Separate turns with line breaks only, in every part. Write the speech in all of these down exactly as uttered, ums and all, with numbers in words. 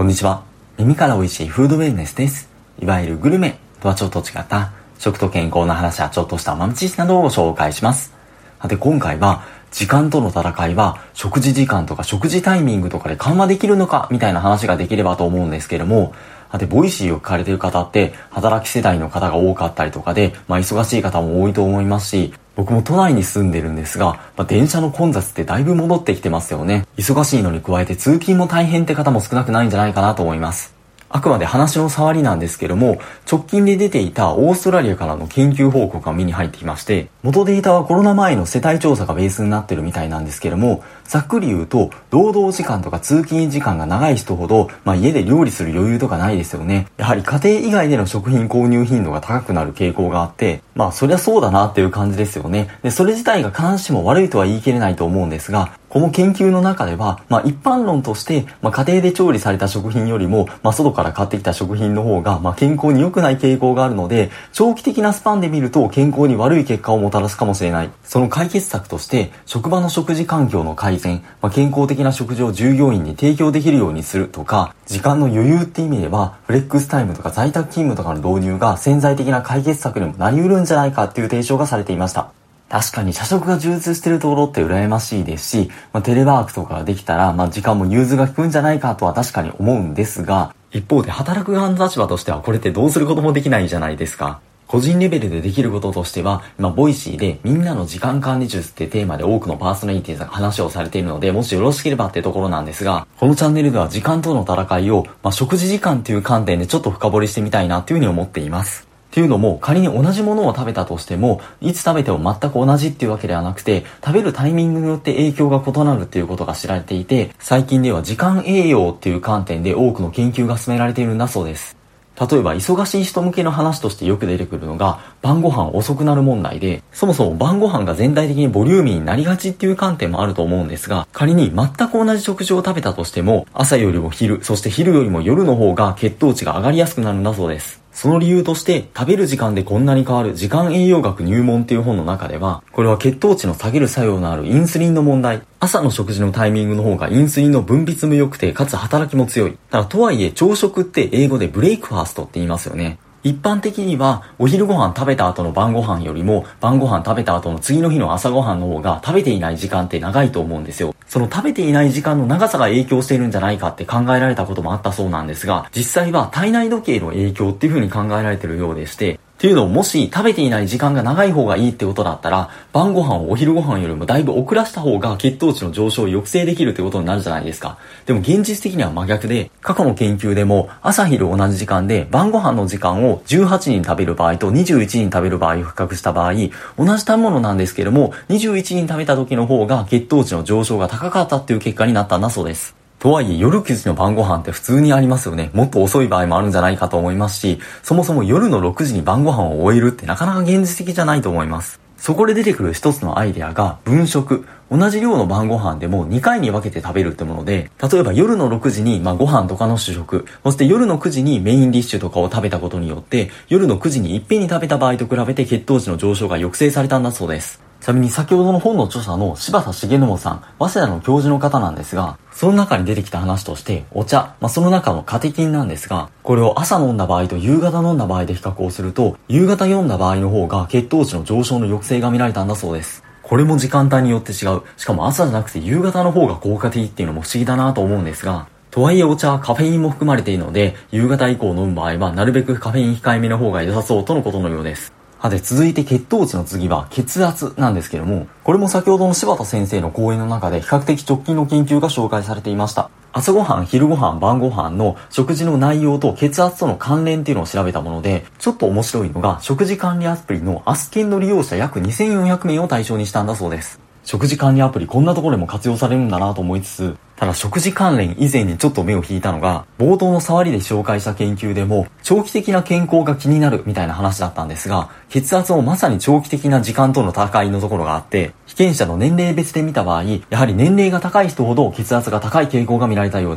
こんにちは。耳から美味しいフードウェルネスです。いわゆるグルメとはちょっと違った食と健康の話やちょっとした豆知識などをご紹介します。で、今回は時間との戦いは食事時間とか食事タイミングとかで緩和できるのかみたいな話ができればと思うんですけれども、で、ボイシーを聞かれている方って働き世代の方が多かったりとかで、まあ忙しい方も多いと思いますし、僕も都内に住んでるんですが、まあ、電車の混雑ってだいぶ戻ってきてますよね。忙しいのに加えて通勤も大変って方も少なくないんじゃないかなと思います。あくまで話の触りなんですけども、直近で出ていたオーストラリアからの研究報告が目に入ってきまして、元データはコロナ前の世帯調査がベースになってるみたいなんですけども、ざっくり言うと、労働時間とか通勤時間が長い人ほど、まあ家で料理する余裕とかないですよね。やはり家庭以外での食品購入頻度が高くなる傾向があって、まあそりゃそうだなっていう感じですよね。で、それ自体が必ずしも悪いとは言い切れないと思うんですが、この研究の中では、まあ一般論として、まあ家庭で調理された食品よりも、まあ外から買ってきた食品の方が、まあ健康に良くない傾向があるので、長期的なスパンで見ると健康に悪い結果をもたらすかもしれない。その解決策として、職場の食事環境の改善、まあ、健康的な食事を従業員に提供できるようにするとか、時間の余裕って意味では、フレックスタイムとか在宅勤務とかの導入が潜在的な解決策にもなり得るんじゃないかっていう提唱がされていました。確かに社食が充実してるところって羨ましいですし、まあ、テレワークとかができたら、まあ、時間も融通が利くんじゃないかとは確かに思うんですが、一方で働く側の立場としてはこれってどうすることもできないじゃないですか。個人レベルでできることとしては、今、ボイシーでみんなの時間管理術ってテーマで多くのパーソナリティーさんが話をされているので、もしよろしければってところなんですが、このチャンネルでは時間との戦いを、まあ、食事時間っていう観点でちょっと深掘りしてみたいなっていうふうに思っています。っていうのも、仮に同じものを食べたとしても、いつ食べても全く同じっていうわけではなくて、食べるタイミングによって影響が異なるっていうことが知られていて、最近では時間栄養っていう観点で多くの研究が進められているんだそうです。例えば忙しい人向けの話としてよく出てくるのが晩ご飯遅くなる問題で、そもそも晩ご飯が全体的にボリューミーになりがちっていう観点もあると思うんですが、仮に全く同じ食事を食べたとしても、朝よりも昼、そして昼よりも夜の方が血糖値が上がりやすくなるんだそうです。その理由として、食べる時間でこんなに変わる時間栄養学入門っていう本の中では、これは血糖値の下げる作用のあるインスリンの問題。朝の食事のタイミングの方がインスリンの分泌も良くて、かつ働きも強い。ただとはいえ朝食って英語でブレイクファーストって言いますよね。一般的にはお昼ご飯食べた後の晩ご飯よりも晩ご飯食べた後の次の日の朝ご飯の方が食べていない時間って長いと思うんですよ。その食べていない時間の長さが影響しているんじゃないかって考えられたこともあったそうなんですが、実際は体内時計の影響っていう風に考えられているようでして、っていうのをもし食べていない時間が長い方がいいってことだったら、晩ご飯をお昼ご飯よりもだいぶ遅らした方が血糖値の上昇を抑制できるってことになるじゃないですか。でも現実的には真逆で、過去の研究でも朝昼同じ時間で晩ご飯の時間をじゅうはちにん食べる場合とにじゅういちにん食べる場合を比較した場合、同じ食べ物なんですけども、にじゅういちにん食べた時の方が血糖値の上昇が高かったっていう結果になったんだそうです。とはいえ夜くじの晩ご飯って普通にありますよね。もっと遅い場合もあるんじゃないかと思いますし、そもそも夜のろくじに晩ご飯を終えるってなかなか現実的じゃないと思います。そこで出てくる一つのアイデアが分食。同じ量の晩ご飯でもにかいに分けて食べるってもので、例えば夜のろくじにまあご飯とかの主食、そして夜のくじにメインディッシュとかを食べたことによって、夜のくじにいっぺんに食べた場合と比べて血糖値の上昇が抑制されたんだそうです。ちなみに先ほどの本の著者の柴田重信さん、早稲田の教授の方なんですが、その中に出てきた話として、お茶、まあ、その中のカテキンなんですが、これを朝飲んだ場合と夕方飲んだ場合で比較をすると、夕方飲んだ場合の方が血糖値の上昇の抑制が見られたんだそうです。これも時間帯によって違う。しかも朝じゃなくて夕方の方が効果的っていうのも不思議だなと思うんですが、とはいえお茶はカフェインも含まれているので、夕方以降飲む場合はなるべくカフェイン控えめの方が良さそうとのことのようです。はで、続いて血糖値の次は血圧なんですけども、これも先ほどの柴田先生の講演の中で比較的直近の研究が紹介されていました。朝ごはん、昼ごはん、晩ごはんの食事の内容と血圧との関連っていうのを調べたもので、ちょっと面白いのが食事管理アプリのアスケンの利用者約にせんよんひゃくめいを対象にしたんだそうです。食事管理アプリこんなところでも活用されるんだなと思いつつ、ただ食事関連以前にちょっと目を引いたのが、冒頭の触りで紹介した研究でも長期的な健康が気になるみたいな話だったんですが、血圧もまさに長期的な時間との戦いのところがあって、被験者の年齢別で見た場合、やはり年齢が高い人ほど血圧が高い傾向が見られたようです。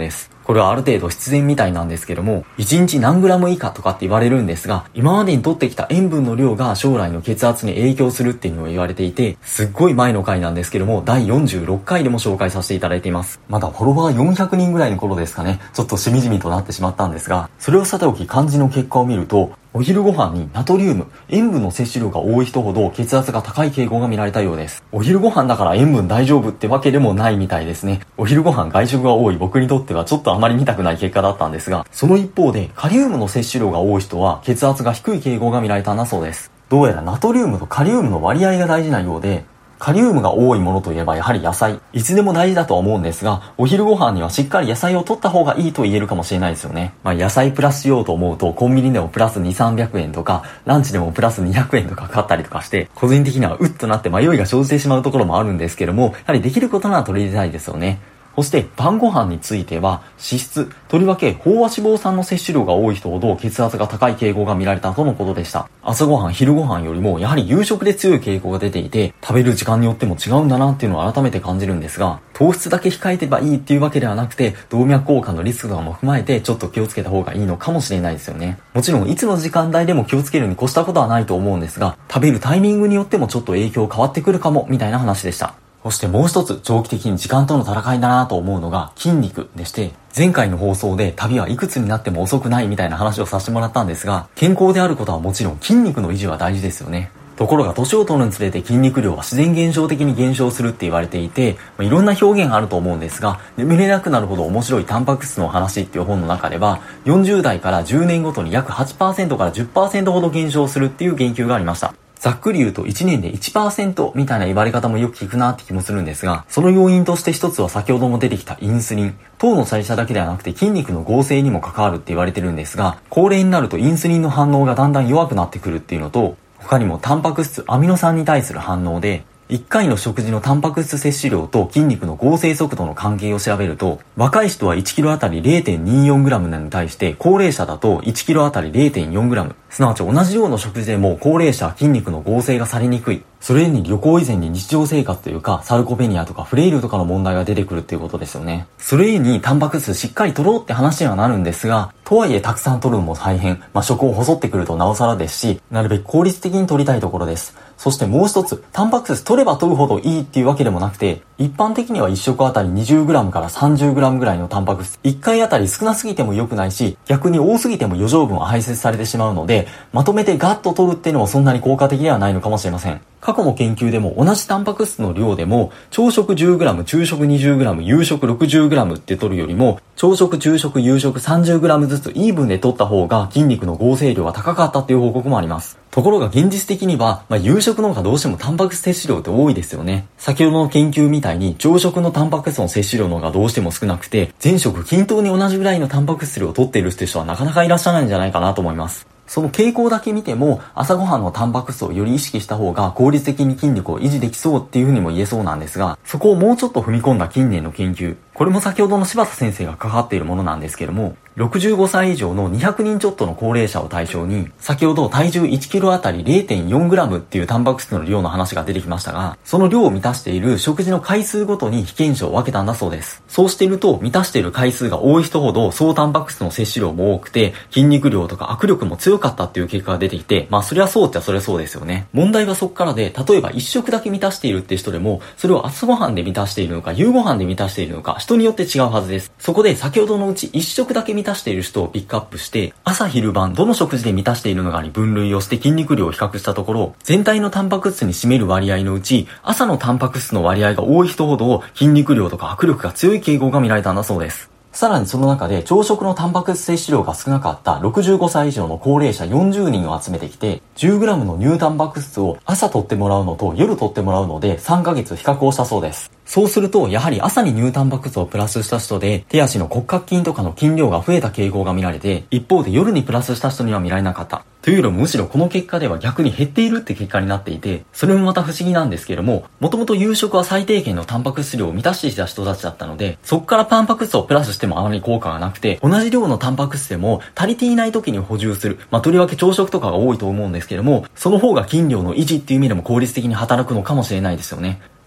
これはある程度必然みたいなんですけども、いちにち何グラム以下とかって言われるんですが、今までに取ってきた塩分の量が将来の血圧に影響するっていうのを言われていて、すっごい前の回なんですけども、だいよんじゅうろっかいでも紹介させていただいています。まだフォロワーよんひゃくにんぐらいの頃ですかね、ちょっとしみじみとなってしまったんですが、それをさておき漢字の結果を見ると、お昼ご飯にナトリウム、塩分の摂取量が多い人ほど血圧が高い傾向が見られたようです。お昼ご飯だから塩分大丈夫ってわけでもないみたいですね。お昼ご飯外食が多い僕にとってはちょっとあまり見たくない結果だったんですが、その一方でカリウムの摂取量が多い人は血圧が低い傾向が見られたんだそうです。どうやらナトリウムとカリウムの割合が大事なようで、カリウムが多いものといえばやはり野菜。いつでも大事だとは思うんですが、お昼ご飯にはしっかり野菜を取った方がいいと言えるかもしれないですよね。まあ野菜プラスしようと思うとコンビニでもプラスにせんさんびゃくえんとか、ランチでもプラスにひゃくえんとかかかったりとかして、個人的にはうっとなって迷いが生じてしまうところもあるんですけども、やはりできることなら取り入れたいですよね。そして晩ご飯については脂質、とりわけ飽和脂肪酸の摂取量が多い人ほど血圧が高い傾向が見られたとのことでした。朝ごはん、昼ごはんよりもやはり夕食で強い傾向が出ていて、食べる時間によっても違うんだなっていうのを改めて感じるんですが、糖質だけ控えてばいいっていうわけではなくて、動脈硬化のリスクとかも踏まえてちょっと気をつけた方がいいのかもしれないですよね。もちろんいつの時間帯でも気をつけるに越したことはないと思うんですが、食べるタイミングによってもちょっと影響変わってくるかもみたいな話でした。そしてもう一つ長期的に時間との戦いだなと思うのが筋肉でして、前回の放送で旅はいくつになっても遅くないみたいな話をさせてもらったんですが、健康であることはもちろん筋肉の維持は大事ですよね。ところが年を取るにつれて筋肉量は自然現象的に減少するって言われていて、まあ、いろんな表現があると思うんですが、眠れなくなるほど面白いタンパク質の話っていう本の中では、よんじゅうだいからじゅうねんごとに約 はちパーセント から じゅっパーセント ほど減少するっていう言及がありました。ざっくり言うといちねんで いちパーセント みたいな言われ方もよく聞くなって気もするんですが、その要因として一つは先ほども出てきたインスリン。糖の代謝だけではなくて筋肉の合成にも関わるって言われてるんですが、高齢になるとインスリンの反応がだんだん弱くなってくるっていうのと、他にもタンパク質、アミノ酸に対する反応で、いっかいの食事のタンパク質摂取量と筋肉の合成速度の関係を調べると、若い人はいちキロあたり れいてんにーよんグラム なのに対して高齢者だといちキロあたり れいてんよんグラム、すなわち同じ量の食事でも高齢者は筋肉の合成がされにくい。それに旅行以前に日常生活というかサルコペニアとかフレイルとかの問題が出てくるっていうことですよね。それにタンパク質しっかり取ろうって話にはなるんですが、とはいえたくさん取るのも大変、まあ、食を細ってくるとなおさらですし、なるべく効率的に取りたいところです。そしてもう一つ、タンパク質取れば取るほどいいっていうわけでもなくて、一般的にはいっ食あたり にじゅうグラム から さんじゅうグラム ぐらいのタンパク質、いっかいあたり少なすぎても良くないし、逆に多すぎても余剰分は排泄されてしまうので、まとめてガッと取るっていうのもそんなに効果的ではないのかもしれません。過去の研究でも同じタンパク質の量でも朝食 じゅうグラム、昼食 にじゅうグラム、夕食 ろくじゅうグラム って取るよりも朝食、昼食、夕食 さんじゅうグラム ずつイーブンで取った方が筋肉の合成量が高かったっていう報告もあります。ところが現実的には、まあ、夕食の方がどうしてもタンパク質摂取量って多いですよね。先ほどの研究みたいに朝食のタンパク質の摂取量の方がどうしても少なくて、前食均等に同じぐらいのタンパク質量を取っているって人はなかなかいらっしゃらないんじゃないかなと思います。その傾向だけ見ても朝ごはんのタンパク質をより意識した方が効率的に筋力を維持できそうっていうふうにも言えそうなんですが、そこをもうちょっと踏み込んだ近年の研究、これも先ほどの柴田先生が関わっているものなんですけども、ろくじゅうごさい以上のにひゃくにんちょっとの高齢者を対象に、先ほど体重いちキロあたり れいてんよんグラム っていうタンパク質の量の話が出てきましたが、その量を満たしている食事の回数ごとに被験者を分けたんだそうです。そうしていると満たしている回数が多い人ほど総タンパク質の摂取量も多くて、筋肉量とか握力も強かったっていう結果が出てきて、まあそりゃそうっちゃそりゃそうですよね。問題はそこからで、例えばいっ食だけ満たしているって人でも、それを朝ごはんで満たしているのか夕ごはんで満たしているのか人によって違うはずです。そこで先ほどのうちいっ食だけ満たしている人をピックアップして、朝昼晩どの食事で満たしているのかに分類をして筋肉量を比較したところ、全体のタンパク質に占める割合のうち朝のタンパク質の割合が多い人ほど筋肉量とか握力が強い傾向が見られたんだそうです。さらにその中で朝食のタンパク質摂取量が少なかったろくじゅうごさい以上の高齢者よんじゅうにんを集めてきて、じゅうグラム の乳タンパク質を朝取ってもらうのと夜取ってもらうのでさんかげつ比較をしたそうです。そうするとやはり朝に乳タンパク質をプラスした人で手足の骨格筋とかの筋量が増えた傾向が見られて、一方で夜にプラスした人には見られなかった。というよりもむしろこの結果では逆に減っているって結果になっていて、それもまた不思議なんですけども、もともと夕食は最低限のタンパク質量を満たしていた人たちだったので、そこからタンパク質をプラスしてもあまり効果がなくて、同じ量のタンパク質でも足りていない時に補充する、まあとりわけ朝食とかが多いと思うんですけども、その方が筋量の維持っていう意味でも効率的に働くのかもしれないですよね。っ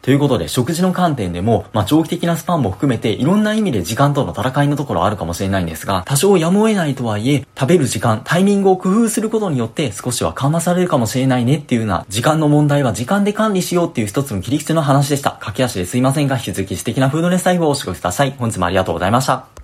ということで、食事の観点でも、まあ、長期的なスパンも含めて、いろんな意味で時間との戦いのところあるかもしれないんですが、多少やむを得ないとはいえ、食べる時間、タイミングを工夫することによって、少しは緩和されるかもしれないねっていうような、時間の問題は時間で管理しようっていう一つの切り口の話でした。駆け足ですいませんが、引き続き素敵なフードネスライフをお過ごしください。本日もありがとうございました。